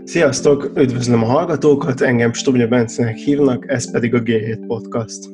Sziasztok! Üdvözlöm a hallgatókat, engem Stubnya Bencenek hívnak, ez pedig a G7 Podcast.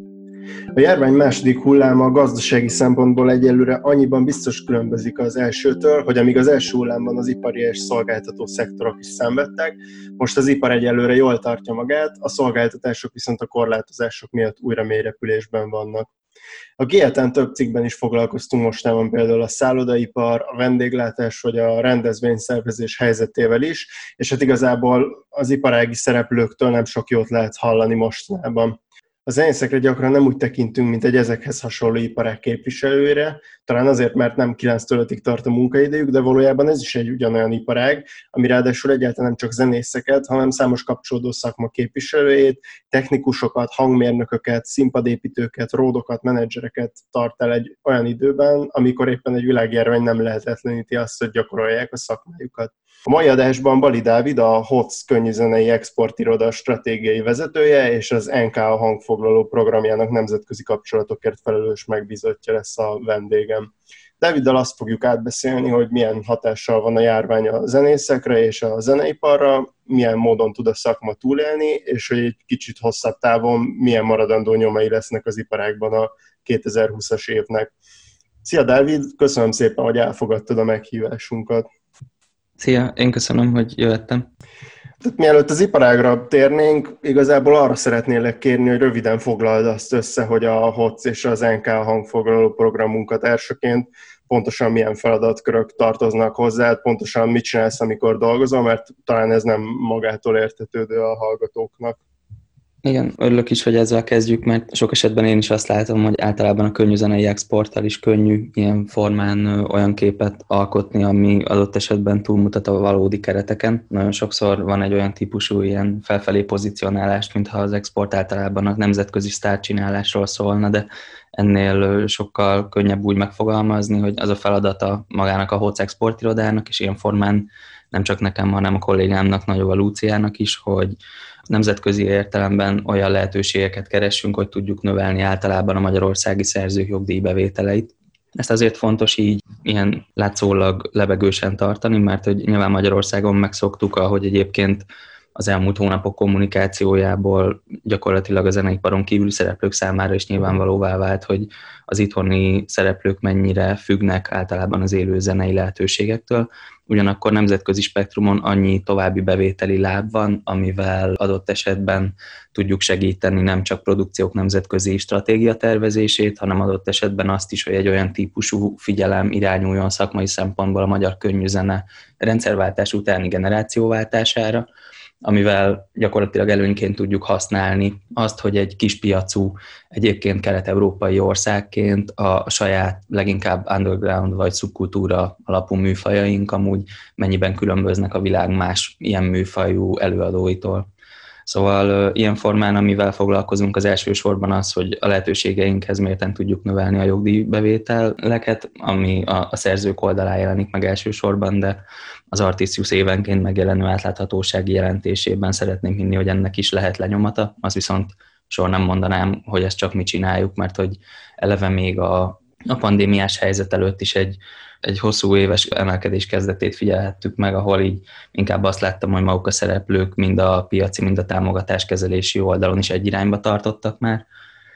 A járvány második hulláma a gazdasági szempontból egyelőre annyiban biztos különbözik az elsőtől, hogy amíg az első hullámban az ipari és szolgáltató szektorok is szenvedtek, most az ipar egyelőre jól tartja magát, a szolgáltatások viszont a korlátozások miatt újra mélyrepülésben vannak. A G7-en több cikkben is foglalkoztunk mostában például a szállodaipar, a vendéglátás vagy a rendezvényszervezés helyzetével is, és hát igazából az iparági szereplőktől nem sok jót lehet hallani mostanában. A zenészekre gyakran nem úgy tekintünk, mint egy ezekhez hasonló iparág képviselőire, talán azért, mert nem 9-től 5-ig tart a munkaidejük, de valójában ez is egy ugyanolyan iparág, ami ráadásul egyáltalán nem csak zenészeket, hanem számos kapcsolódó szakma képviselőjét, technikusokat, hangmérnököket, színpadépítőket, ródokat, menedzsereket tart el egy olyan időben, amikor éppen egy világjárvány nem lehetetleníti azt, hogy gyakorolják a szakmájukat. A mai adásban Bali Dávid, a HOTS könnyűzenei exportiroda stratégiai vezetője és az NKA hangfoglaló programjának nemzetközi kapcsolatokért felelős megbízottja lesz a vendégem. Dáviddal azt fogjuk átbeszélni, hogy milyen hatással van a járvány a zenészekre és a zeneiparra, milyen módon tud a szakma túlélni, és hogy egy kicsit hosszabb távon milyen maradandó nyomai lesznek az iparágban a 2020-as évnek. Szia Dávid, köszönöm szépen, hogy elfogadtad a meghívásunkat. Szia, én köszönöm, hogy jöttem. Tehát mielőtt az iparágra térnénk, igazából arra szeretnélek kérni, hogy röviden foglald azt össze, hogy a HOTS és az NKA hangfoglaló program munkatársaként pontosan milyen feladatkörök tartoznak hozzá, pontosan mit csinálsz, amikor dolgozol, mert talán ez nem magától értetődő a hallgatóknak. Igen, örülök is, hogy ezzel kezdjük, mert sok esetben én is azt látom, hogy általában a könnyűzenei exporttal is könnyű ilyen formán olyan képet alkotni, ami adott esetben túlmutat a valódi kereteken. Nagyon sokszor van egy olyan típusú ilyen felfelé pozícionálást, mintha az export általában a nemzetközi sztárcsinálásról szólna, de ennél sokkal könnyebb úgy megfogalmazni, hogy az a feladata magának a HOTS exportirodának, és ilyen formán nem csak nekem, hanem a kollégámnak, Nagyova Lúciának is, hogy nemzetközi értelemben olyan lehetőségeket keressünk, hogy tudjuk növelni általában a magyarországi szerzők jogdíjbevételeit. Ezt azért fontos így ilyen látszólag lebegősen tartani, mert hogy nyilván Magyarországon megszoktuk, ahogy egyébként az elmúlt hónapok kommunikációjából gyakorlatilag a zeneiparon kívüli szereplők számára is nyilvánvalóvá vált, hogy az itthoni szereplők mennyire függnek általában az élő zenei lehetőségektől. Ugyanakkor nemzetközi spektrumon annyi további bevételi láb van, amivel adott esetben tudjuk segíteni nem csak produkciók nemzetközi stratégia tervezését, hanem adott esetben azt is, hogy egy olyan típusú figyelem irányuljon szakmai szempontból a magyar könnyűzene rendszerváltás utáni generációváltására, amivel gyakorlatilag előnyként tudjuk használni azt, hogy egy kispiacú, egyébként kelet-európai országként a saját leginkább underground vagy szubkultúra alapú műfajaink amúgy mennyiben különböznek a világ más ilyen műfajú előadóitól. Szóval ilyen formán, amivel foglalkozunk az elsősorban az, hogy a lehetőségeinkhez mérten tudjuk növelni a jogdíjbevételeket, ami a szerzők oldalán jelenik meg elsősorban, de az Artisius évenként megjelenő átláthatósági jelentésében szeretném hinni, hogy ennek is lehet lenyomata, az viszont soha nem mondanám, hogy ezt csak mi csináljuk, mert hogy eleve még a pandémiás helyzet előtt is egy hosszú éves emelkedés kezdetét figyelhettük meg, ahol így inkább azt láttam, hogy maguk a szereplők mind a piaci, mind a támogatáskezelési oldalon is egy irányba tartottak már.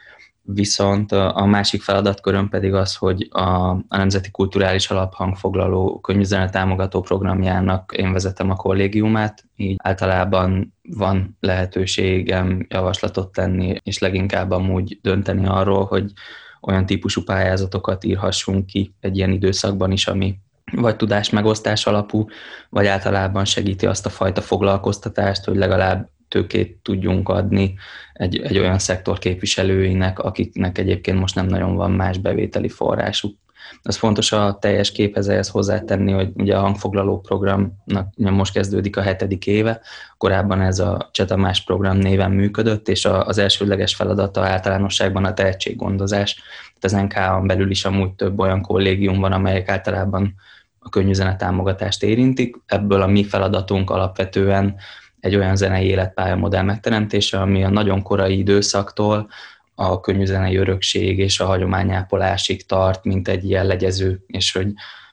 Viszont a másik feladatköröm pedig az, hogy a Nemzeti Kulturális Alaphangfoglaló könnyűzene támogató programjának én vezetem a kollégiumát, így általában van lehetőségem javaslatot tenni, és leginkább amúgy dönteni arról, hogy olyan típusú pályázatokat írhassunk ki egy ilyen időszakban is, ami vagy tudásmegosztás alapú, vagy általában segíti azt a fajta foglalkoztatást, hogy legalább tőkét tudjunk adni egy olyan szektor képviselőinek, akiknek egyébként most nem nagyon van más bevételi forrásuk. Ez fontos a teljes képhez ehhez hozzátenni, hogy ugye a hangfoglaló programnak most kezdődik a 7. éve, korábban ez a Cseh Tamás program néven működött, és az elsődleges feladata általánosságban a tehetséggondozás. Az NKA-n belül is amúgy több olyan kollégium van, amelyek általában a könnyűzene támogatást érintik. Ebből a mi feladatunk alapvetően egy olyan zenei életpályamodell megteremtése, ami a nagyon korai időszaktól a könnyűzenei örökség és a hagyományápolásig tart, mint egy ilyen legyező, és hogy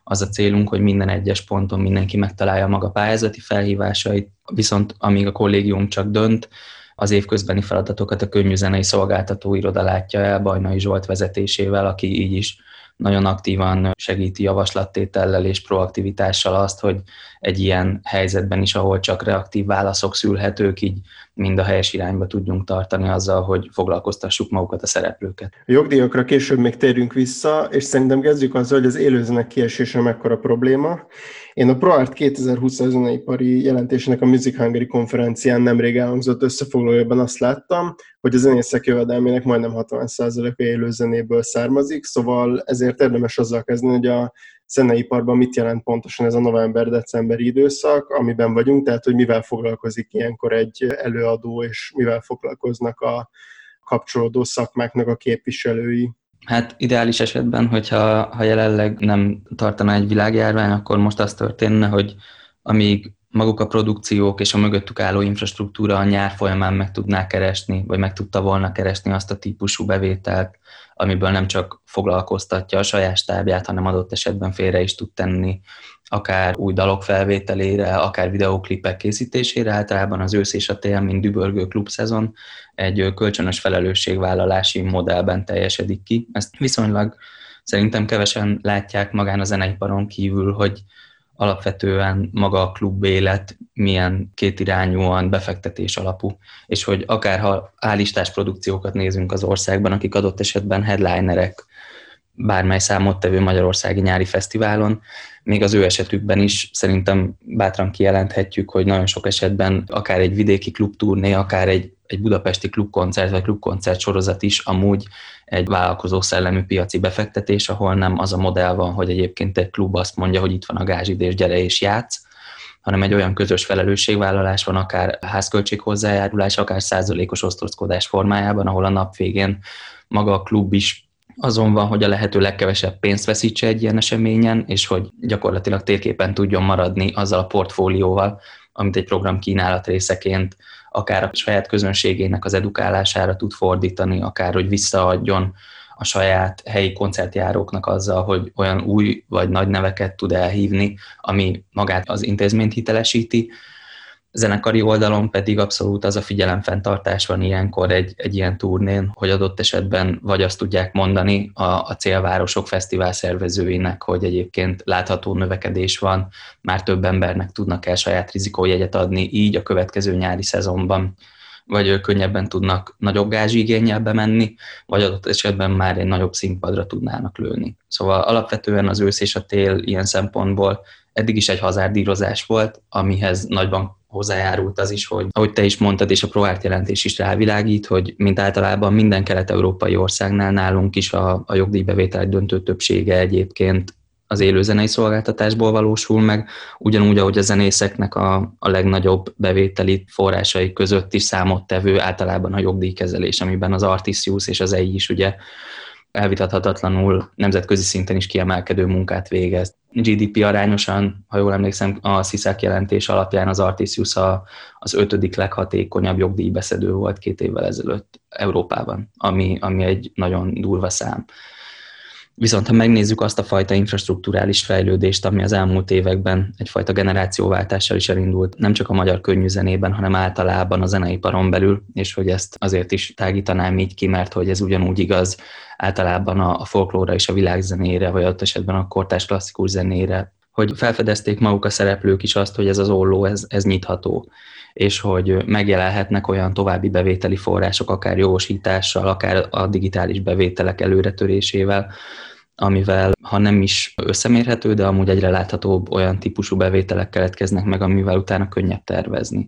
az a célunk, hogy minden egyes ponton mindenki megtalálja maga pályázati felhívásait, viszont amíg a kollégium csak dönt, az évközbeni feladatokat a könnyűzenei szolgáltató iroda látja el Bajnai Zsolt vezetésével, aki így is nagyon aktívan segíti javaslattétellel és proaktivitással azt, hogy egy ilyen helyzetben is, ahol csak reaktív válaszok szülhetők, így mind a helyes irányba tudjunk tartani azzal, hogy foglalkoztassuk magukat a szereplőket. A jogdíjakra később még térjünk vissza, és szerintem kezdjük azzal, hogy az élőzenek kiesése mekkora probléma. Én a ProArt 2020 zeneipari jelentésének a Music Hungary konferencián nemrég elhangzott összefoglalójában azt láttam, hogy a zenészek jövedelmének majdnem 60%-a élőzenéből származik, szóval ezért érdemes azzal kezdeni, hogy a zeneiparban mit jelent pontosan ez a november-decemberi időszak, amiben vagyunk, tehát hogy mivel foglalkozik ilyenkor egy előadó, és mivel foglalkoznak a kapcsolódó szakmáknak a képviselői. Hát ideális esetben, hogyha jelenleg nem tartana egy világjárvány, akkor most az történne, hogy amíg maguk a produkciók és a mögöttük álló infrastruktúra a nyár folyamán meg tudná keresni, vagy meg tudta volna keresni azt a típusú bevételt, amiből nem csak foglalkoztatja a saját stábját, hanem adott esetben félre is tud tenni, akár új dalok felvételére, akár videóklipek készítésére. Általában az ősz és a tél, mint dübörgő klubszezon egy kölcsönös felelősségvállalási modellben teljesedik ki. Ezt viszonylag szerintem kevesen látják magán a zeneiparon kívül, hogy alapvetően maga a klubélet milyen kétirányúan befektetés alapú, és hogy akárha A-listás produkciókat nézünk az országban, akik adott esetben headlinerek bármely számottevő magyarországi nyári fesztiválon, még az ő esetükben is szerintem bátran kijelenthetjük, hogy nagyon sok esetben akár egy vidéki klubturné, akár egy budapesti klubkoncert vagy klubkoncert sorozat is amúgy egy vállalkozó szellemű piaci befektetés, ahol nem az a modell van, hogy egyébként egy klub azt mondja, hogy itt van a gázsid és gyere és játsz, hanem egy olyan közös felelősségvállalás van, akár házköltség hozzájárulás, akár százalékos osztozkodás formájában, ahol a nap végén maga a klub is azon van, hogy a lehető legkevesebb pénzt veszítse egy ilyen eseményen, és hogy gyakorlatilag térképen tudjon maradni azzal a portfólióval, amit egy program kínálat részeként akár a saját közönségének az edukálására tud fordítani, akár hogy visszaadjon a saját helyi koncertjáróknak azzal, hogy olyan új vagy nagy neveket tud elhívni, ami magát az intézményt hitelesíti. Zenekari oldalon pedig abszolút az a figyelemfenntartás van ilyenkor egy ilyen turnén, hogy adott esetben vagy azt tudják mondani a célvárosok fesztivál szervezőinek, hogy egyébként látható növekedés van, már több embernek tudnak el saját rizikójegyet adni, így a következő nyári szezonban vagy könnyebben tudnak nagyobb gázsigénnyel bemenni, vagy adott esetben már egy nagyobb színpadra tudnának lőni. Szóval alapvetően az ősz és a tél ilyen szempontból eddig is egy hazárdírozás volt, amihez nagyban hozzájárult az is, hogy ahogy te is mondtad, és a ProArt jelentés is rávilágít, hogy mint általában minden kelet-európai országnál nálunk is a jogdíjbevétel döntő többsége egyébként az élőzenei szolgáltatásból valósul meg, ugyanúgy, ahogy a zenészeknek a legnagyobb bevételi forrásai között is számottevő általában a jogdíjkezelés, amiben az Artisius és az EI is ugye elvitathatatlanul nemzetközi szinten is kiemelkedő munkát végez. GDP arányosan, ha jól emlékszem, a SZISZAK jelentés alapján az Artisius az 5. leghatékonyabb jogdíjbeszedő volt 2 évvel ezelőtt Európában, ami egy nagyon durva szám. Viszont ha megnézzük azt a fajta infrastrukturális fejlődést, ami az elmúlt években egyfajta generációváltással is elindult, nem csak a magyar könnyűzenében, hanem általában a zeneiparon belül, és hogy ezt azért is tágítanám így ki, mert hogy ez ugyanúgy igaz általában a folklóra és a világzenére, vagy ott esetben a kortárs klasszikus zenére, hogy felfedezték maguk a szereplők is azt, hogy ez az olló, ez nyitható, és hogy megjelenhetnek olyan további bevételi források, akár jogosítással, akár a digitális bevételek előretörésével, amivel, ha nem is összemérhető, de amúgy egyre láthatóbb olyan típusú bevételek keletkeznek meg, amivel utána könnyebb tervezni.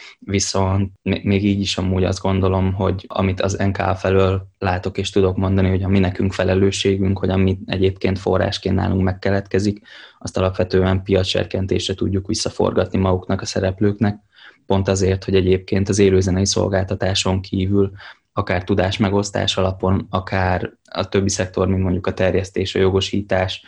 Viszont még így is amúgy azt gondolom, hogy amit az NKA felől látok és tudok mondani, hogy a mi nekünk felelősségünk, hogy ami egyébként forrásként nálunk megkeletkezik, azt alapvetően piacserkentésre tudjuk visszaforgatni maguknak a szereplőknek, pont azért, hogy egyébként az élőzenei szolgáltatáson kívül akár tudásmegosztás alapon, akár a többi szektor, mint mondjuk a terjesztés, a jogosítás,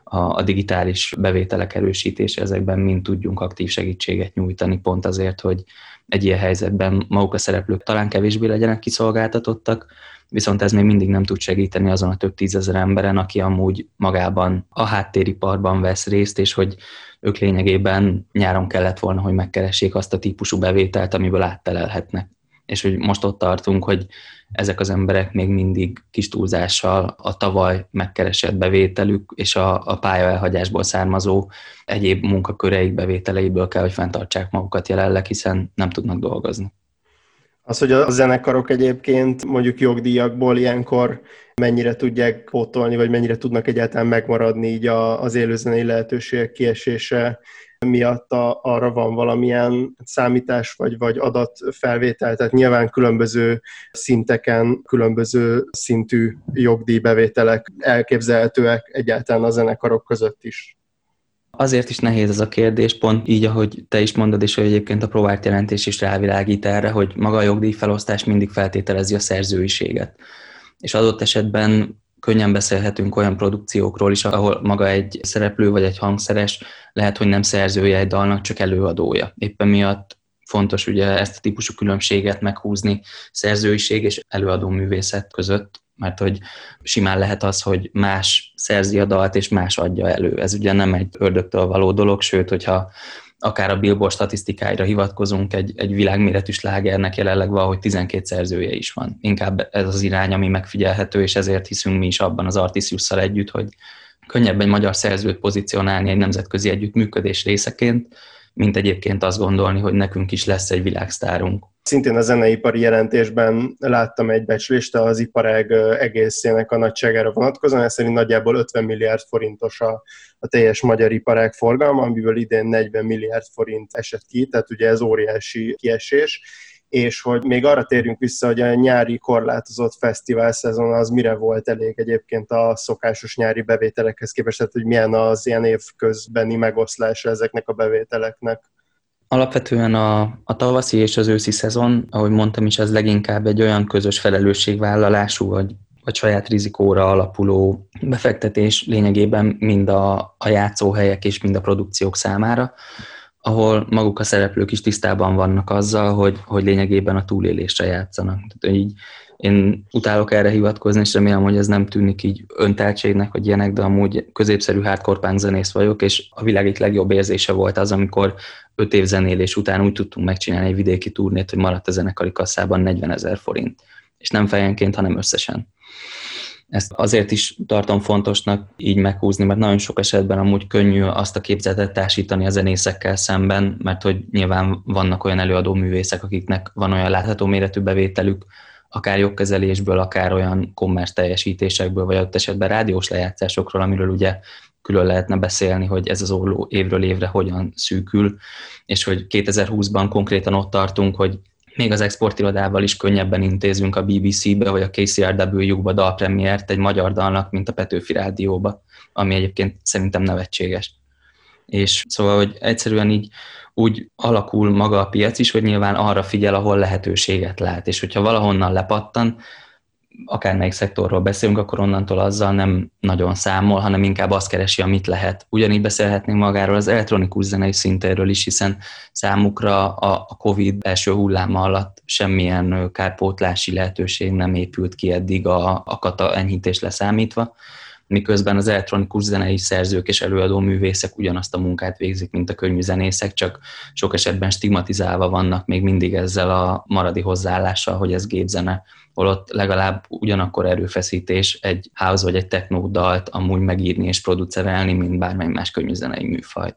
a digitális bevételek erősítése, ezekben mind tudjunk aktív segítséget nyújtani, pont azért, hogy egy ilyen helyzetben maguk a szereplők talán kevésbé legyenek kiszolgáltatottak, viszont ez még mindig nem tud segíteni azon a több tízezer emberen, aki amúgy magában a háttériparban vesz részt, és hogy ők lényegében nyáron kellett volna, hogy megkeressék azt a típusú bevételt, amiből áttelelhetnek. És hogy most ott tartunk, hogy ezek az emberek még mindig kis túlzással a tavaly megkeresett bevételük és a pályaelhagyásból származó egyéb munkaköreik bevételeiből kell, hogy fenntartsák magukat jelenleg, hiszen nem tudnak dolgozni. Az, hogy a zenekarok egyébként mondjuk jogdíjakból ilyenkor mennyire tudják pótolni, vagy mennyire tudnak egyáltalán megmaradni így az élőzenei lehetőségek kiesése miatt arra van valamilyen számítás, vagy adatfelvétel, tehát nyilván különböző szinteken, különböző szintű jogdíjbevételek elképzelhetőek egyáltalán a zenekarok között is. Azért is nehéz ez a kérdés, pont így, ahogy te is mondod, és hogy egyébként a próbált jelentés is rávilágít erre, hogy maga a jogdíjfelosztás mindig feltételezi a szerzőiséget. És adott esetben könnyen beszélhetünk olyan produkciókról is, ahol maga egy szereplő vagy egy hangszeres lehet, hogy nem szerzője egy dalnak, csak előadója. Éppen miatt fontos ugye ezt a típusú különbséget meghúzni szerzőiség és előadó művészet között, mert hogy simán lehet az, hogy más szerzi a dalt és más adja elő. Ez ugye nem egy ördögtől való dolog, sőt, hogyha akár a Billboard statisztikáira hivatkozunk, egy világméretű slágernek jelenleg valahogy 12 szerzője is van. Inkább ez az irány, ami megfigyelhető, és ezért hiszünk mi is abban az Artisiusszal együtt, hogy könnyebb egy magyar szerzőt pozícionálni egy nemzetközi együttműködés részeként, mint egyébként azt gondolni, hogy nekünk is lesz egy világsztárunk. Szintén a zeneipari jelentésben láttam egy becslést az iparág egészének a nagyságára vonatkozóan, ez szerint nagyjából 50 milliárd forintos a teljes magyar iparág forgalma, amiből idén 40 milliárd forint esett ki, tehát ugye ez óriási kiesés, és hogy még arra térjünk vissza, hogy a nyári korlátozott fesztivál szezon az mire volt elég egyébként a szokásos nyári bevételekhez képest, tehát hogy milyen az ilyen évközbeni megoszlása ezeknek a bevételeknek. Alapvetően a tavaszi és az őszi szezon, ahogy mondtam is, ez leginkább egy olyan közös felelősségvállalású, vagy saját rizikóra alapuló befektetés lényegében mind a játszóhelyek és mind a produkciók számára, ahol maguk a szereplők is tisztában vannak azzal, hogy lényegében a túlélésre játszanak. Tehát így én utálok erre hivatkozni, és remélem, hogy ez nem tűnik így önteltségnek, vagy ilyenek, de amúgy középszerű hardcore punk zenész vagyok, és a világ egyik legjobb érzése volt az, amikor 5 év zenélés után úgy tudtunk megcsinálni egy vidéki turnét, hogy maradt a zenekari kasszában 40 000 forint. És nem fejenként, hanem összesen. Ezt azért is tartom fontosnak így meghúzni, mert nagyon sok esetben amúgy könnyű azt a képzetet társítani a zenészekkel szemben, mert hogy nyilván vannak olyan előadó művészek, akiknek van olyan látható méretű bevételük, akár jogkezelésből, akár olyan kommersz teljesítésekből, vagy ott esetben rádiós lejátszásokról, amiről ugye külön lehetne beszélni, hogy ez az olló évről évre hogyan szűkül, és hogy 2020-ban konkrétan ott tartunk, hogy még az exportirodával is könnyebben intézünk a BBC-be, vagy a KCRW-jukba dalpremiért egy magyar dalnak, mint a Petőfi Rádióba, ami egyébként szerintem nevetséges. És szóval, hogy egyszerűen így úgy alakul maga a piac is, hogy nyilván arra figyel, ahol lehetőséget lát, és hogyha valahonnan lepattan, akármelyik szektorról beszélünk, akkor onnantól azzal nem nagyon számol, hanem inkább azt keresi, amit lehet. Ugyanígy beszélhetnénk magáról az elektronikus zenei szintéről is, hiszen számukra a Covid első hulláma alatt semmilyen kárpótlási lehetőség nem épült ki eddig a kata enyhítés leszámítva, miközben az elektronikus zenei szerzők és előadó művészek ugyanazt a munkát végzik, mint a könnyű zenészek, csak sok esetben stigmatizálva vannak még mindig ezzel a maradi hozzáállással, hogy ez gépzene, holott legalább ugyanakkor erőfeszítés egy house vagy egy techno dalt amúgy megírni és producerelni, mint bármely más könnyű zenei műfaj.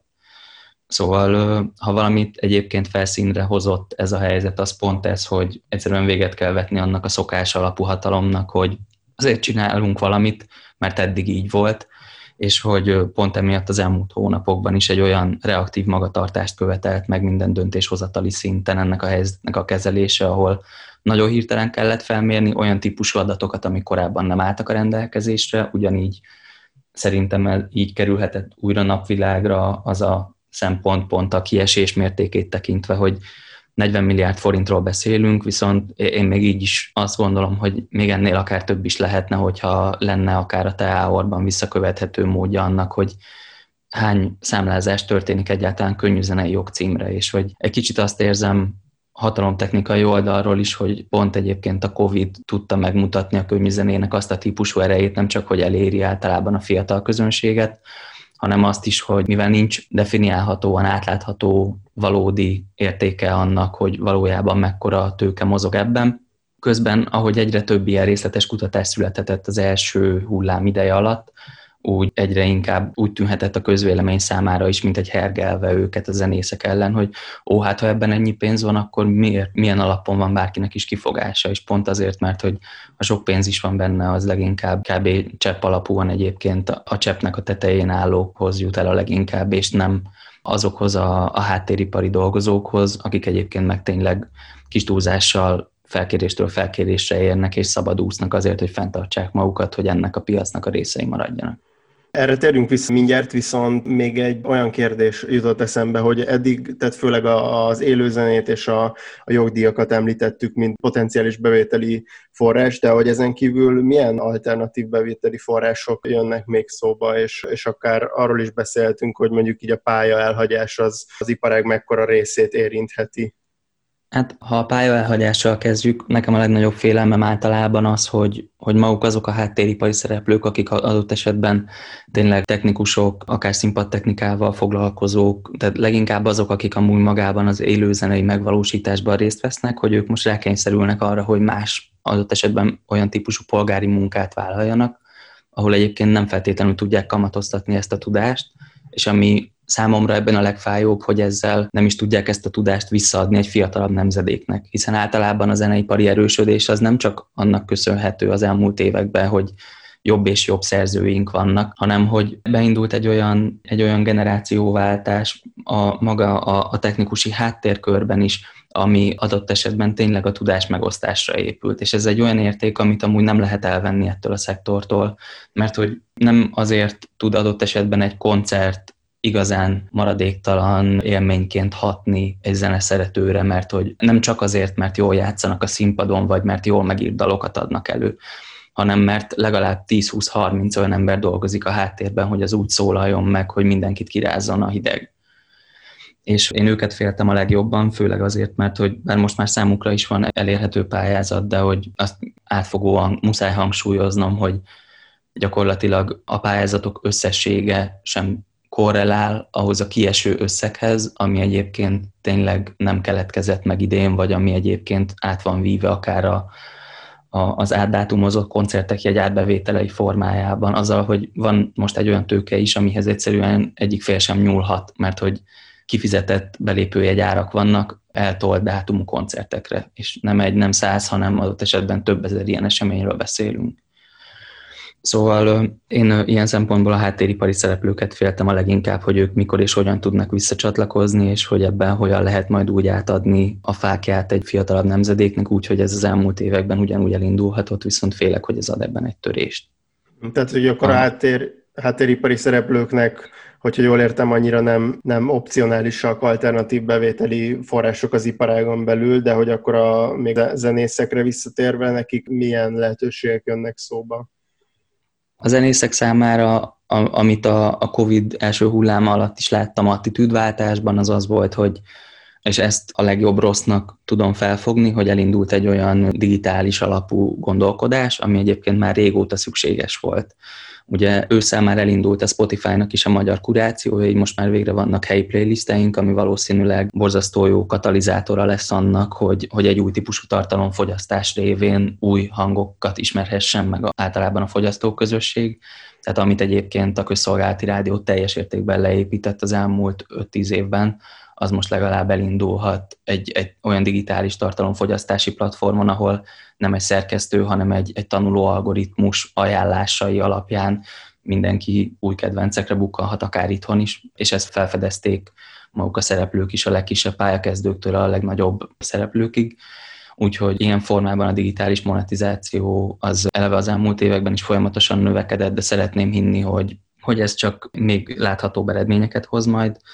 Szóval, ha valamit egyébként felszínre hozott ez a helyzet, az pont ez, hogy egyszerűen véget kell vetni annak a szokás alapú hatalomnak, hogy azért csinálunk valamit, mert eddig így volt, és hogy pont emiatt az elmúlt hónapokban is egy olyan reaktív magatartást követelt meg minden döntéshozatali szinten ennek a helyzetnek a kezelése, ahol nagyon hirtelen kellett felmérni olyan típusú adatokat, amik korábban nem álltak a rendelkezésre, ugyanígy szerintem így kerülhetett újra napvilágra az a szempont pont a kiesés mértékét tekintve, hogy 40 milliárd forintról beszélünk, viszont én még így is azt gondolom, hogy még ennél akár több is lehetne, hogyha lenne akár a TEAOR-ban visszakövethető módja annak, hogy hány számlázás történik egyáltalán könnyűzenei jogcímre, és hogy egy kicsit azt érzem hatalomtechnikai oldalról is, hogy pont egyébként a Covid tudta megmutatni a könnyűzenének azt a típusú erejét, nem csak, hogy eléri általában a fiatal közönséget, hanem azt is, hogy mivel nincs definiálhatóan átlátható valódi értéke annak, hogy valójában mekkora tőke mozog ebben. Közben, ahogy egyre több ilyen részletes kutatás született az első hullám ideje alatt, úgy egyre inkább úgy tűnhetett a közvélemény számára is, mint egy hergelve őket a zenészek ellen, hogy hát ha ebben ennyi pénz van, akkor milyen alapon van bárkinek is kifogása, és pont azért, mert hogy ha sok pénz is van benne, az leginkább kb. Csepp alapúan egyébként a cseppnek a tetején állókhoz jut el a leginkább, és nem azokhoz a háttéripari dolgozókhoz, akik egyébként meg tényleg kis túlzással felkéréstől felkérésre érnek, és szabadúsznak azért, hogy fenntartsák magukat, hogy ennek a piacnak a részei maradjanak. Erre térjünk vissza mindjárt, viszont még egy olyan kérdés jutott eszembe, hogy eddig, tehát főleg az élőzenét és a jogdíjakat említettük, mint potenciális bevételi forrás, de hogy ezen kívül milyen alternatív bevételi források jönnek még szóba, és akár arról is beszéltünk, hogy mondjuk így a pálya elhagyás az iparág mekkora részét érintheti. Hát, ha a pályaelhagyással kezdjük, nekem a legnagyobb félelmem általában az, hogy maguk azok a háttéripari szereplők, akik adott esetben tényleg technikusok, akár színpadtechnikával foglalkozók, tehát leginkább azok, akik amúgy magában az élőzenei megvalósításban részt vesznek, hogy ők most rákényszerülnek arra, hogy más adott esetben olyan típusú polgári munkát vállaljanak, ahol egyébként nem feltétlenül tudják kamatoztatni ezt a tudást, és ami számomra ebben a legfájóbb, hogy ezzel nem is tudják ezt a tudást visszaadni egy fiatalabb nemzedéknek, hiszen általában a zeneipari erősödés az nem csak annak köszönhető az elmúlt években, hogy jobb és jobb szerzőink vannak, hanem hogy beindult egy olyan generációváltás a technikusi háttérkörben is, ami adott esetben tényleg a tudás megosztásra épült. És ez egy olyan érték, amit amúgy nem lehet elvenni ettől a szektortól, mert hogy nem azért tud adott esetben egy koncert igazán maradéktalan élményként hatni egy zeneszeretőre, mert hogy nem csak azért, mert jól játszanak a színpadon, vagy mert jól megírt dalokat adnak elő, hanem mert legalább 10-20-30 olyan ember dolgozik a háttérben, hogy az úgy szólaljon meg, hogy mindenkit kirázzon a hideg. És én őket féltem a legjobban, főleg azért, mert hogy bár most már számukra is van elérhető pályázat, de hogy azt átfogóan muszáj hangsúlyoznom, hogy gyakorlatilag a pályázatok összessége sem korrelál ahhoz a kieső összeghez, ami egyébként tényleg nem keletkezett meg idén, vagy ami egyébként át van víve akár az átdátumozott koncertek jegy átbevételei formájában, azzal, hogy van most egy olyan tőke is, amihez egyszerűen egyik fél sem nyúlhat, mert hogy kifizetett belépőjegyárak vannak eltolt dátumú koncertekre, és nem 100, hanem adott esetben több ezer ilyen eseményről beszélünk. Szóval én ilyen szempontból a háttéripari szereplőket féltem a leginkább, hogy ők mikor és hogyan tudnak visszacsatlakozni, és hogy ebben hogyan lehet majd úgy átadni a fákját egy fiatalabb nemzedéknek, úgyhogy ez az elmúlt években ugyanúgy elindulhatott, viszont félek, hogy ez ad ebben egy törést. Tehát, hogy akkor a háttéripari szereplőknek, hogyha jól értem, annyira nem opcionálisak alternatív bevételi források az iparágon belül, de hogy akkor még a zenészekre visszatérve nekik milyen lehetőségek jönnek szóba? A zenészek számára, amit a Covid első hulláma alatt is láttam attitűdváltásban, az volt, hogy, és ezt a legjobb rossznak tudom felfogni, hogy elindult egy olyan digitális alapú gondolkodás, ami egyébként már régóta szükséges volt. Ugye ősszel már elindult a Spotify-nak is a magyar kurációja, így most már végre vannak helyi playlisteink, ami valószínűleg borzasztó jó katalizátora lesz annak, hogy egy új típusú tartalomfogyasztás révén új hangokat ismerhessen meg általában a fogyasztóközösség. Tehát amit egyébként a közszolgálati rádió teljes értékben leépített az elmúlt 5-10 évben, az most legalább elindulhat egy olyan digitális tartalomfogyasztási platformon, ahol nem egy szerkesztő, hanem egy tanuló algoritmus ajánlásai alapján mindenki új kedvencekre bukkanhat, akár itthon is, és ezt felfedezték maguk a szereplők is, a legkisebb pályakezdőktől a legnagyobb szereplőkig. Úgyhogy ilyen formában a digitális monetizáció az eleve az elmúlt években is folyamatosan növekedett, de szeretném hinni, hogy ez csak még láthatóbb eredményeket hoz majd.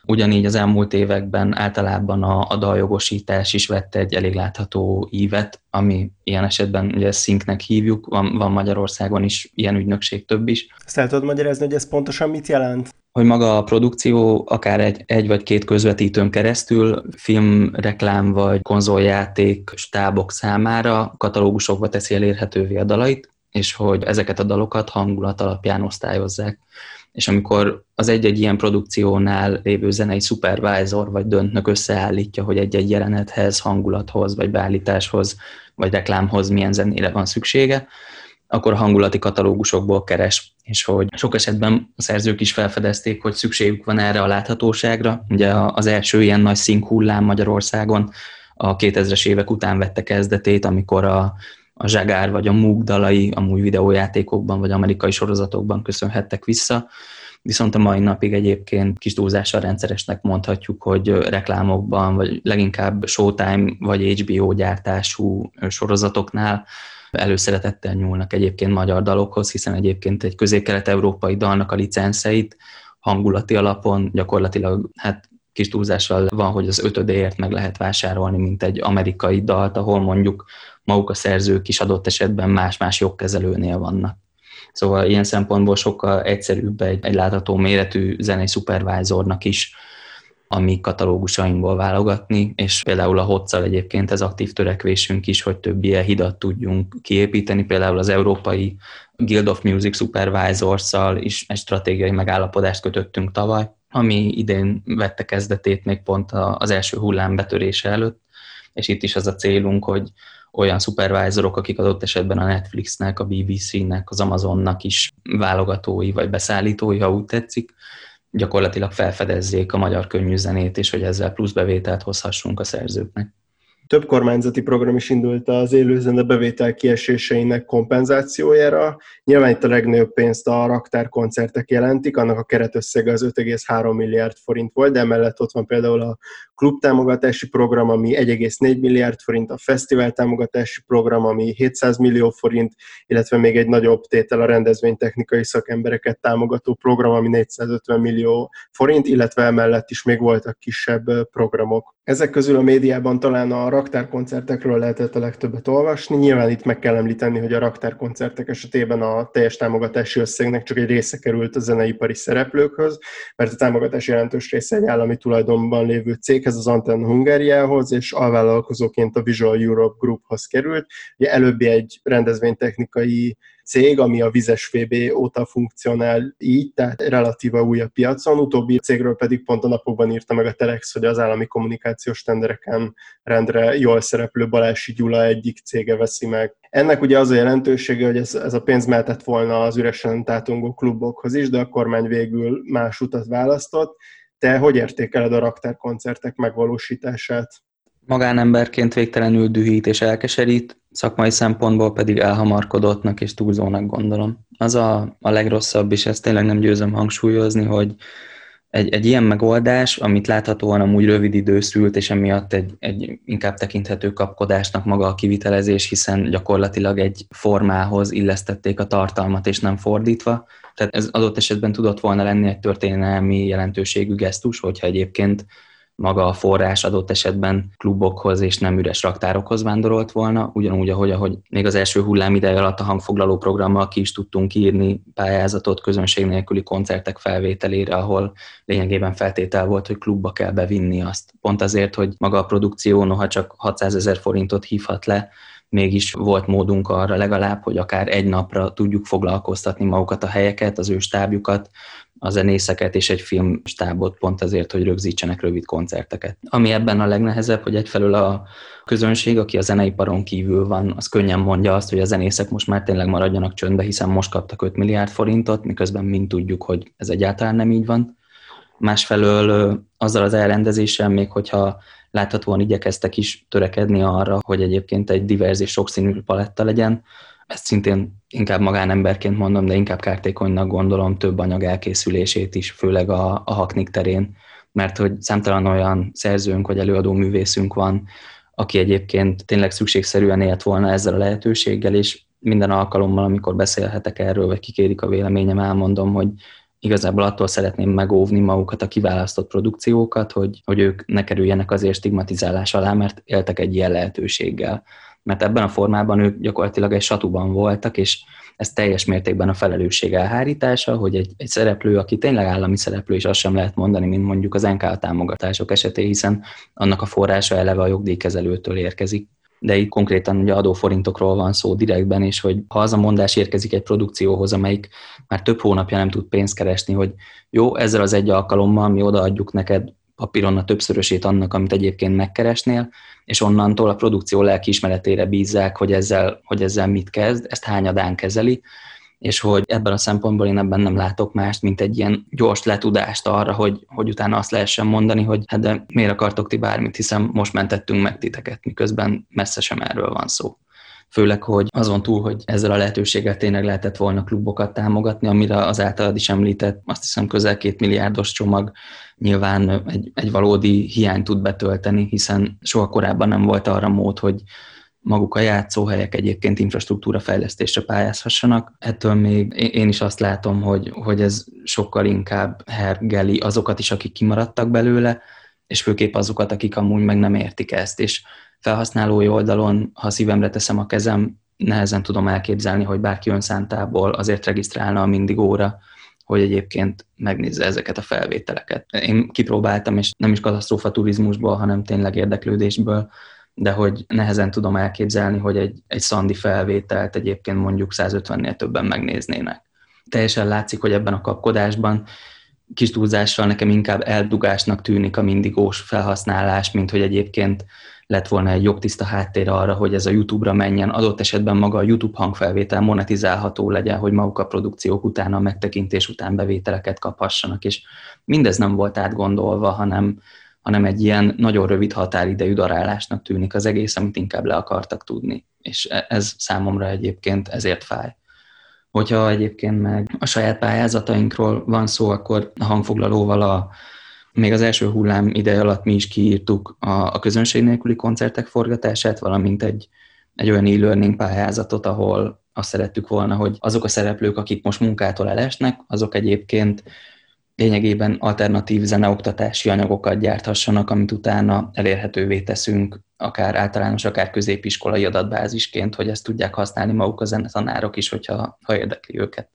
Ugyanígy az elmúlt években általában a daljogosítás is vett egy elég látható ívet, ami ilyen esetben ugye Syncnek hívjuk, van Magyarországon is ilyen ügynökség, több is. Ezt el tudod magyarázni, hogy ez pontosan mit jelent? Hogy maga a produkció akár egy vagy két közvetítőn keresztül film, reklám vagy konzoljáték stábok számára katalógusokba teszi elérhetővé a dalait, és hogy ezeket a dalokat hangulat alapján osztályozzák. És amikor az egy-egy ilyen produkciónál lévő zenei szupervájzor vagy döntnök összeállítja, hogy egy-egy jelenethez, hangulathoz, vagy beállításhoz, vagy reklámhoz milyen zenére van szüksége, akkor a hangulati katalógusokból keres, és hogy sok esetben a szerzők is felfedezték, hogy szükségük van erre a láthatóságra. Ugye az első ilyen nagy sync hullám Magyarországon a 2000-es évek után vette kezdetét, amikor a Zsagár vagy a Moog dalai amúgy videójátékokban vagy amerikai sorozatokban köszönhettek vissza, viszont a mai napig egyébként kis túlzással rendszeresnek mondhatjuk, hogy reklámokban, vagy leginkább Showtime vagy HBO gyártású sorozatoknál előszeretettel nyúlnak egyébként magyar dalokhoz, hiszen egyébként egy közép-kelet-európai dalnak a licenszeit hangulati alapon gyakorlatilag kis túlzással van, hogy az ötödéért meg lehet vásárolni, mint egy amerikai dalt, ahol mondjuk maguk a szerzők is adott esetben más-más jogkezelőnél vannak. Szóval ilyen szempontból sokkal egyszerűbb egy látható méretű zenei szupervájzornak is a mi katalógusainkból válogatni, és például a HOTS-szal egyébként ez aktív törekvésünk is, hogy több ilyen hidat tudjunk kiépíteni, például az Európai Guild of Music Supervisors-szal is egy stratégiai megállapodást kötöttünk tavaly, ami idén vette kezdetét még pont az első hullám betörése előtt, és itt is az a célunk, hogy olyan szupervájzorok, akik adott esetben a Netflixnek, a BBC-nek, az Amazonnak is válogatói vagy beszállítói, ha úgy tetszik, gyakorlatilag felfedezzék a magyar könnyű zenét, és hogy ezzel plusz bevételt hozhassunk a szerzőknek. Több kormányzati program is indult az élőzene bevétel kieséseinek kompenzációjára. Nyilván itt a legnagyobb pénzt a raktárkoncertek jelentik, annak a keretösszege az 5,3 milliárd forint volt, de emellett ott van például a klubtámogatási program, ami 1,4 milliárd forint, a fesztivál támogatási program, ami 700 millió forint, illetve még egy nagyobb tétel a rendezvénytechnikai szakembereket támogató program, ami 450 millió forint, illetve emellett is még voltak kisebb programok. Ezek közül a médiában talán a raktárkoncertekről lehetett a legtöbbet olvasni. Nyilván itt meg kell említeni, hogy a raktárkoncertek esetében a teljes támogatási összegnek csak egy része került a zeneipari szereplőkhöz, mert a támogatás jelentős része egy állami tulajdonban lévő céghez, az Antenna Hungáriához, és alvállalkozóként a Visual Europe Grouphoz került. Ugye előbbi egy rendezvénytechnikai cég, ami a vizes VB óta funkcionál így, tehát relatíva új a piacon. Utóbbi cégről pedig pont a napokban írta meg a Telex, hogy az állami kommunikációs tendereken rendre jól szereplő Balási Gyula egyik cége veszi meg. Ennek ugye az a jelentősége, hogy ez a pénz mehetett volna az üresen tátongó klubokhoz is, de a kormány végül más utat választott. Te hogy értékeled a raktárkoncertek megvalósítását? Magánemberként végtelenül dühít és elkeserít, szakmai szempontból pedig elhamarkodottnak és túlzónak gondolom. Az a legrosszabb, és ezt tényleg nem győzöm hangsúlyozni, hogy egy ilyen megoldás, amit láthatóan amúgy rövid idő szült, és emiatt egy inkább tekinthető kapkodásnak maga a kivitelezés, hiszen gyakorlatilag egy formához illesztették a tartalmat, és nem fordítva. Tehát ez adott esetben tudott volna lenni egy történelmi jelentőségű gesztus, hogyha egyébként maga a forrás adott esetben klubokhoz és nem üres raktárokhoz vándorolt volna, ugyanúgy, ahogy még az első hullám ideje alatt a hangfoglaló programmal ki is tudtunk írni pályázatot közönség nélküli koncertek felvételére, ahol lényegében feltétel volt, hogy klubba kell bevinni azt. Pont azért, hogy maga a produkció, noha csak 600 000 forintot hívhat le, mégis volt módunk arra legalább, hogy akár egy napra tudjuk foglalkoztatni magukat a helyeket, az ő stábjukat, a zenészeket és egy filmstábot pont azért, hogy rögzítsenek rövid koncerteket. Ami ebben a legnehezebb, hogy egyfelől a közönség, aki a zeneiparon kívül van, az könnyen mondja azt, hogy a zenészek most már tényleg maradjanak csöndbe, hiszen most kaptak 5 milliárd forintot, miközben mind tudjuk, hogy ez egyáltalán nem így van. Másfelől azzal az elrendezéssel, még hogyha láthatóan igyekeztek is törekedni arra, hogy egyébként egy divers és sokszínű paletta legyen, ezt szintén inkább magánemberként mondom, de inkább kártékonynak gondolom több anyag elkészülését is, főleg a Haknik terén, mert hogy számtalan olyan szerzőnk vagy előadó művészünk van, aki egyébként tényleg szükségszerűen élt volna ezzel a lehetőséggel, és minden alkalommal, amikor beszélhetek erről, vagy kikérik a véleményem, elmondom, hogy igazából attól szeretném megóvni magukat a kiválasztott produkciókat, hogy ők ne kerüljenek azért stigmatizálás alá, mert éltek egy ilyen lehetőséggel. Mert ebben a formában ők gyakorlatilag egy satuban voltak, és ez teljes mértékben a felelősség elhárítása, hogy egy szereplő, aki tényleg állami szereplő, és azt sem lehet mondani, mint mondjuk az NKA támogatások esetén, hiszen annak a forrása eleve a jogdíjkezelőtől érkezik. De itt konkrétan ugye adóforintokról van szó direktben, és hogy ha az a mondás érkezik egy produkcióhoz, amelyik már több hónapja nem tud pénzt keresni, hogy jó, ezzel az egy alkalommal mi odaadjuk neked papíron a többszörösét annak, amit egyébként megkeresnél, és onnantól a produkció lelkiismeretére bízzák, hogy ezzel mit kezd, ezt hányadán kezeli, és hogy ebből a szempontból én ebben nem látok mást, mint egy ilyen gyors letudást arra, hogy utána azt lehessen mondani, hogy hát de miért akartok ti bármit, hiszen most mentettünk meg titeket, miközben messze sem erről van szó. Főleg, hogy azon túl, hogy ezzel a lehetőséggel tényleg lehetett volna klubokat támogatni, amire az általad is említett, azt hiszem közel 2 milliárdos csomag nyilván egy valódi hiányt tud betölteni, hiszen soha korábban nem volt arra mód, hogy maguk a játszóhelyek egyébként infrastruktúra fejlesztésre pályázhassanak. Ettől még én is azt látom, hogy ez sokkal inkább hergeli azokat is, akik kimaradtak belőle, és főképp azokat, akik amúgy meg nem értik ezt. És felhasználói oldalon, ha szívemre teszem a kezem, nehezen tudom elképzelni, hogy bárki önszántából azért regisztrálna a Mindigóra, hogy egyébként megnézze ezeket a felvételeket. Én kipróbáltam, és nem is katasztrófa turizmusból, hanem tényleg érdeklődésből, de hogy nehezen tudom elképzelni, hogy egy szandi felvételt egyébként mondjuk 150-nél többen megnéznének. Teljesen látszik, hogy ebben a kapkodásban kis túlzással nekem inkább eldugásnak tűnik a mindigós felhasználás, mint hogy egyébként lett volna egy jogtiszta háttér arra, hogy ez a YouTube-ra menjen, adott esetben maga a YouTube hangfelvétel monetizálható legyen, hogy maguk a produkciók utána, a megtekintés után bevételeket kaphassanak, és mindez nem volt átgondolva, hanem egy ilyen nagyon rövid határidejű darálásnak tűnik az egész, amit inkább le akartak tudni. És ez számomra egyébként ezért fáj. Hogyha egyébként meg a saját pályázatainkról van szó, akkor a hangfoglalóval még az első hullám ideje alatt mi is kiírtuk a közönség nélküli koncertek forgatását, valamint egy olyan e-learning pályázatot, ahol azt szerettük volna, hogy azok a szereplők, akik most munkától elesnek, azok egyébként lényegében alternatív zeneoktatási anyagokat gyárthassanak, amit utána elérhetővé teszünk, akár általános, akár középiskolai adatbázisként, hogy ezt tudják használni maguk a zenetanárok is, ha érdekli őket.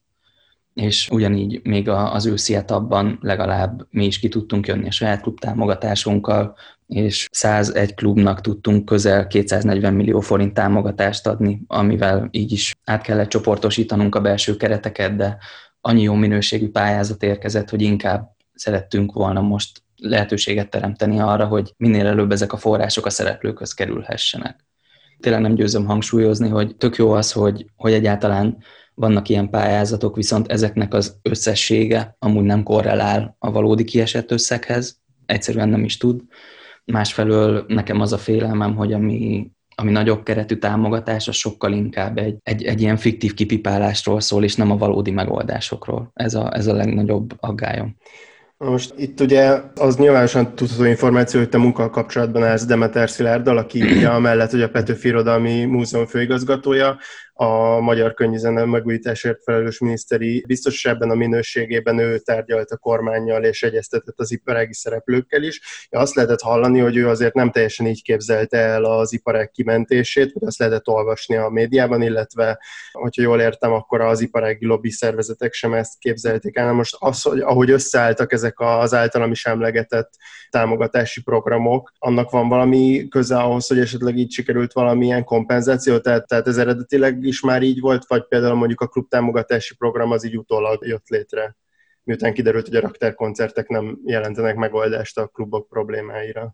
És ugyanígy még az őszi etapban legalább mi is ki tudtunk jönni a saját klub támogatásunkkal, és 101 klubnak tudtunk közel 240 millió forint támogatást adni, amivel így is át kellett csoportosítanunk a belső kereteket, de annyi jó minőségű pályázat érkezett, hogy inkább szerettünk volna most lehetőséget teremteni arra, hogy minél előbb ezek a források a szereplőkhöz kerülhessenek. Tényleg nem győzöm hangsúlyozni, hogy tök jó az, hogy egyáltalán vannak ilyen pályázatok, viszont ezeknek az összessége amúgy nem korrelál a valódi kiesett összeghez, egyszerűen nem is tud. Másfelől nekem az a félelmem, hogy ami nagyobb keretű támogatás, az sokkal inkább egy ilyen fiktív kipipálásról szól, és nem a valódi megoldásokról. Ez a legnagyobb aggályom. Most itt ugye az nyilvánosan tudható információ, hogy te munkkal kapcsolatban állsz Demeter Szilárddal, aki ugye amellett, hogy a Petőfi Irodalmi Múzeum főigazgatója, a magyar könnyűzene megújításért felelős miniszteri biztos, ebben a minőségében ő tárgyalt a kormánnyal és egyeztetett az iparági szereplőkkel is. Azt lehetett hallani, hogy ő azért nem teljesen így képzelte el az iparág kimentését, vagy azt lehetett olvasni a médiában, illetve, hogyha jól értem, akkor az iparági lobby szervezetek sem ezt képzelték el. Most az, hogy ahogy összeálltak ezek az általam is emlegetett támogatási programok, annak van valami köze ahhoz, hogy esetleg így sikerült valamilyen kompenzáció, tehát ez eredetileg is már így volt, vagy például mondjuk a klubtámogatási program az így utólag jött létre, miután kiderült, hogy a raktárkoncertek nem jelentenek megoldást a klubok problémáira.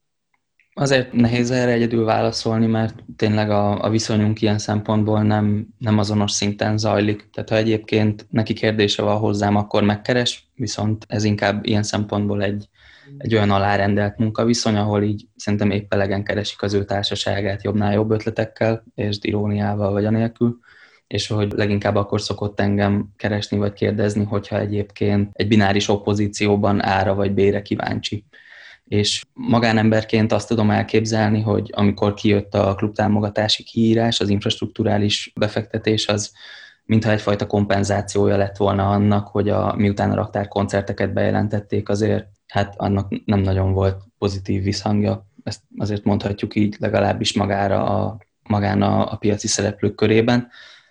Azért nehéz erre egyedül válaszolni, mert tényleg a viszonyunk ilyen szempontból nem azonos szinten zajlik. Tehát ha egyébként neki kérdése van hozzám, akkor megkeres, viszont ez inkább ilyen szempontból egy olyan alárendelt munkaviszony, ahol így szerintem épp elegen keresik az ő társaságát jobbnál jobb ötletekkel, és iróniával vagy anélkül, és hogy leginkább akkor szokott engem keresni vagy kérdezni, hogyha egyébként egy bináris opozícióban A-ra vagy B-re kíváncsi. És magánemberként azt tudom elképzelni, hogy amikor kijött a klubtámogatási kiírás, az infrastrukturális befektetés, az mintha egyfajta kompenzációja lett volna annak, hogy miután a Raktár koncerteket bejelentették, azért hát annak nem nagyon volt pozitív visszhangja. Ezt azért mondhatjuk így legalábbis magán a piaci szereplők körében,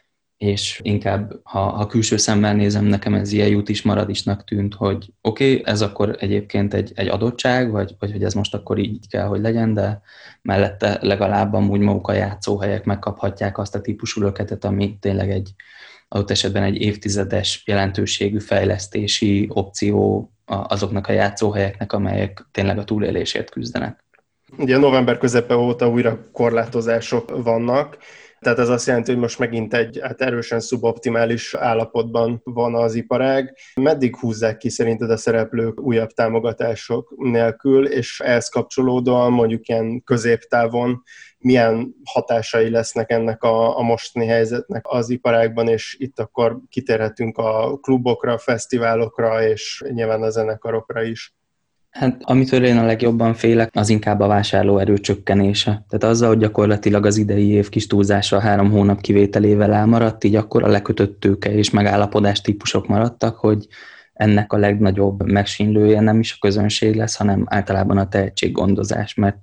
és inkább, ha külső szemmel nézem, nekem ez ilyen jut is, marad isnak tűnt, hogy oké, ez akkor egyébként egy adottság, vagy hogy ez most akkor így kell, hogy legyen, de mellette legalább amúgy maguk a játszóhelyek megkaphatják azt a típusú löketet, ami tényleg adott esetben egy évtizedes jelentőségű fejlesztési opció azoknak a játszóhelyeknek, amelyek tényleg a túlélésért küzdenek. Ugye november közepe óta újra korlátozások vannak, tehát ez azt jelenti, hogy most megint egy erősen szuboptimális állapotban van az iparág. Meddig húzzák ki szerinted a szereplők újabb támogatások nélkül, és ehhez kapcsolódóan mondjuk ilyen középtávon milyen hatásai lesznek ennek a mostani helyzetnek az iparágban, és itt akkor kitérhetünk a klubokra, fesztiválokra, és nyilván a zenekarokra is. Hát amitől én a legjobban félek, az inkább a vásárlóerő csökkenése. Tehát azzal, hogy gyakorlatilag az idei év kis túlzásra 3 hónap kivételével elmaradt, így akkor a lekötött tőke és megállapodás típusok maradtak, hogy ennek a legnagyobb megsínlője nem is a közönség lesz, hanem általában a tehetséggondozás, mert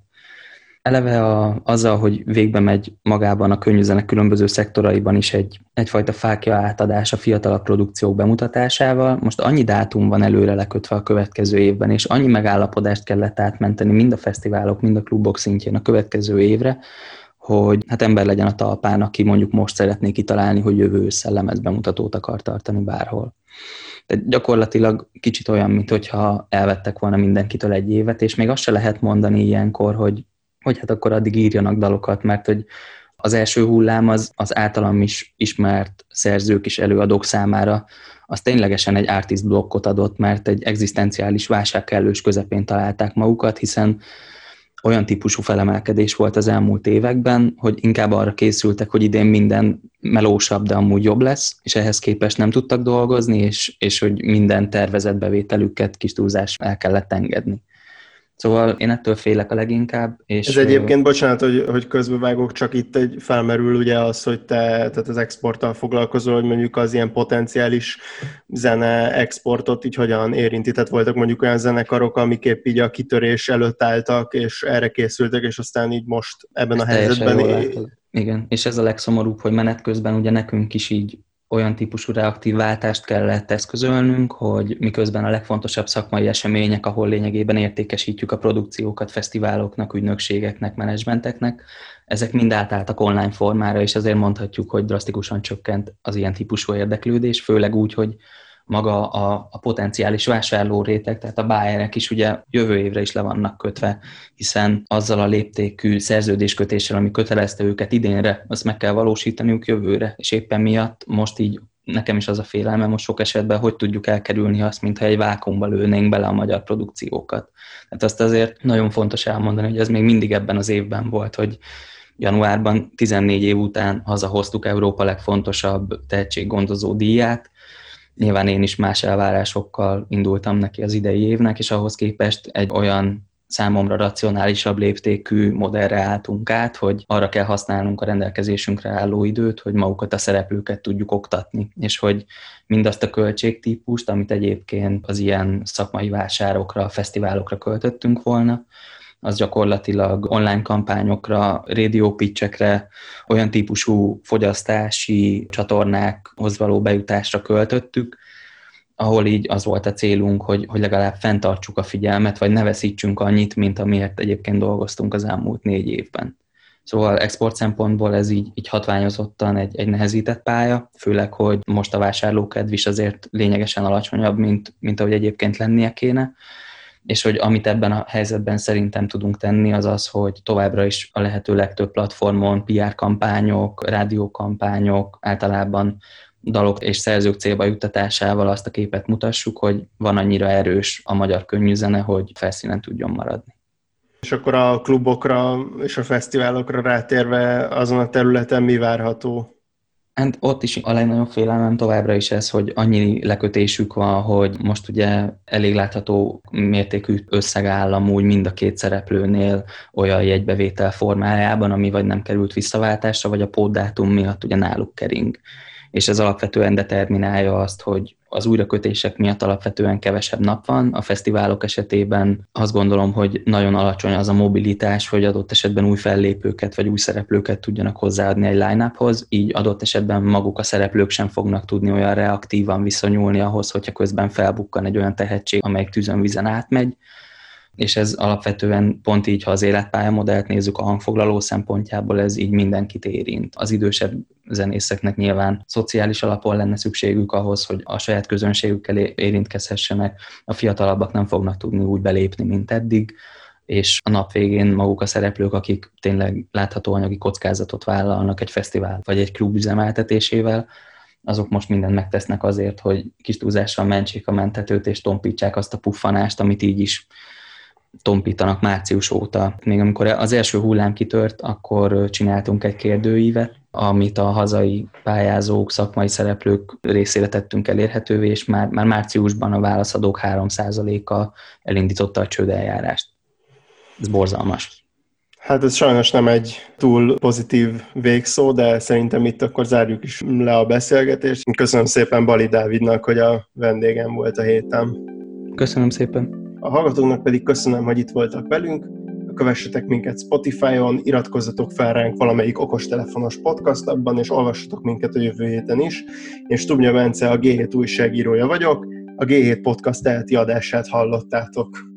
eleve azzal, hogy végbe megy magában a könnyűzene különböző szektoraiban is egyfajta fákja átadás a fiatalabb produkciók bemutatásával. Most annyi dátum van előre lekötve a következő évben, és annyi megállapodást kellett átmenteni mind a fesztiválok, mind a klubok szintjén a következő évre, hogy hát ember legyen a talpán, aki mondjuk most szeretné kitalálni, hogy jövő ősszel lemezbemutatót akar tartani bárhol. Tehát gyakorlatilag kicsit olyan, mintha elvettek volna mindenkitől egy évet, és még azt se lehet mondani ilyenkor, hogy hát akkor addig írjanak dalokat, mert hogy az első hullám az általam is ismert szerzők és előadók számára az ténylegesen egy artist blokkot adott, mert egy egzisztenciális válság kellős közepén találták magukat, hiszen olyan típusú felemelkedés volt az elmúlt években, hogy inkább arra készültek, hogy idén minden melósabb, de amúgy jobb lesz, és ehhez képest nem tudtak dolgozni, és hogy minden tervezett bevételüket kis túlzás el kellett engedni. Szóval én ettől félek a leginkább. És ez egyébként, bocsánat, hogy közbevágok, csak itt felmerül ugye az, hogy te tehát az exporttal foglalkozol, hogy mondjuk az ilyen potenciális zene exportot így hogyan érinti. Tehát voltak mondjuk olyan zenekarok, amik épp így a kitörés előtt álltak, és erre készültek, és aztán így most ebben a helyzetben... Igen, és ez a legszomorúbb, hogy menet közben ugye nekünk is így olyan típusú reaktív váltást kellett eszközölnünk, hogy miközben a legfontosabb szakmai események, ahol lényegében értékesítjük a produkciókat fesztiváloknak, ügynökségeknek, menedzsmenteknek, ezek mind átálltak online formára, és azért mondhatjuk, hogy drasztikusan csökkent az ilyen típusú érdeklődés, főleg úgy, hogy maga a potenciális vásárló réteg, tehát a buyerek is ugye jövő évre is le vannak kötve, hiszen azzal a léptékű szerződéskötéssel, ami kötelezte őket idénre, azt meg kell valósítaniuk jövőre, és éppen miatt most így nekem is az a félelme, most sok esetben hogy tudjuk elkerülni azt, mintha egy vákuumba lőnénk bele a magyar produkciókat. Tehát azt azért nagyon fontos elmondani, hogy ez még mindig ebben az évben volt, hogy januárban 14 év után hazahoztuk Európa legfontosabb tehetséggondozó díját. Nyilván én is más elvárásokkal indultam neki az idei évnek, és ahhoz képest egy olyan számomra racionálisabb léptékű modellre álltunk át, hogy arra kell használnunk a rendelkezésünkre álló időt, hogy magukat a szereplőket tudjuk oktatni, és hogy mindazt a költségtípust, amit egyébként az ilyen szakmai vásárokra, fesztiválokra költöttünk volna, az gyakorlatilag online kampányokra, radio pitchekre, olyan típusú fogyasztási csatornákhoz való bejutásra költöttük, ahol így az volt a célunk, hogy legalább fenntartsuk a figyelmet, vagy ne veszítsünk annyit, mint amiért egyébként dolgoztunk az elmúlt 4 évben. Szóval export szempontból ez így hatványozottan egy nehezített pálya, főleg, hogy most a vásárlókedv is azért lényegesen alacsonyabb, mint ahogy egyébként lennie kéne, és hogy amit ebben a helyzetben szerintem tudunk tenni, az az, hogy továbbra is a lehető legtöbb platformon PR kampányok, rádiókampányok, általában dalok és szerzők célba juttatásával azt a képet mutassuk, hogy van annyira erős a magyar könnyűzene, hogy felszínen tudjon maradni. És akkor a klubokra és a fesztiválokra rátérve azon a területen mi várható? Hát ott is a legnagyobb félelmem továbbra is ez, hogy annyi lekötésük van, hogy most ugye elég látható mértékű összeg áll amúgy mind a két szereplőnél olyan jegybevétel formájában, ami vagy nem került visszaváltásra, vagy a pótdátum miatt ugye náluk kering. és ez alapvetően determinálja azt, hogy az újrakötések miatt alapvetően kevesebb nap van. A fesztiválok esetében azt gondolom, hogy nagyon alacsony az a mobilitás, hogy adott esetben új fellépőket vagy új szereplőket tudjanak hozzáadni egy line-uphoz, így adott esetben maguk a szereplők sem fognak tudni olyan reaktívan viszonyulni ahhoz, hogyha közben felbukkan egy olyan tehetség, amelyik tűzön vízen átmegy, és ez alapvetően pont így, ha az életpályamodellt nézzük a hangfoglaló szempontjából, ez így mindenkit érint. Az idősebb zenészeknek nyilván szociális alapon lenne szükségük ahhoz, hogy a saját közönségükkel érintkezhessenek, a fiatalabbak nem fognak tudni úgy belépni, mint eddig, és a nap végén maguk a szereplők, akik tényleg látható anyagi kockázatot vállalnak egy fesztivál vagy egy klub üzemeltetésével, azok most mindent megtesznek azért, hogy kis túlzással mentsék a mentetőt, és tompítsák azt a puffanást, amit így is tompítanak március óta. Még amikor az első hullám kitört, akkor csináltunk egy kérdőívet, amit a hazai pályázók, szakmai szereplők részére tettünk elérhetővé, és már márciusban a válaszadók 3%-a elindította a csődeljárást. Ez borzalmas. Hát ez sajnos nem egy túl pozitív végszó, de szerintem itt akkor zárjuk is le a beszélgetést. Köszönöm szépen Bali Dávidnak, hogy a vendégem volt a héten. Köszönöm szépen. A hallgatóknak pedig köszönöm, hogy itt voltak velünk. Kövessetek minket Spotify-on, iratkozzatok fel ránk valamelyik okostelefonos podcast appban, és olvassatok minket a jövő héten is. Én Stubnya Bence, a G7 újságírója vagyok, a G7 podcast eheti adását hallottátok.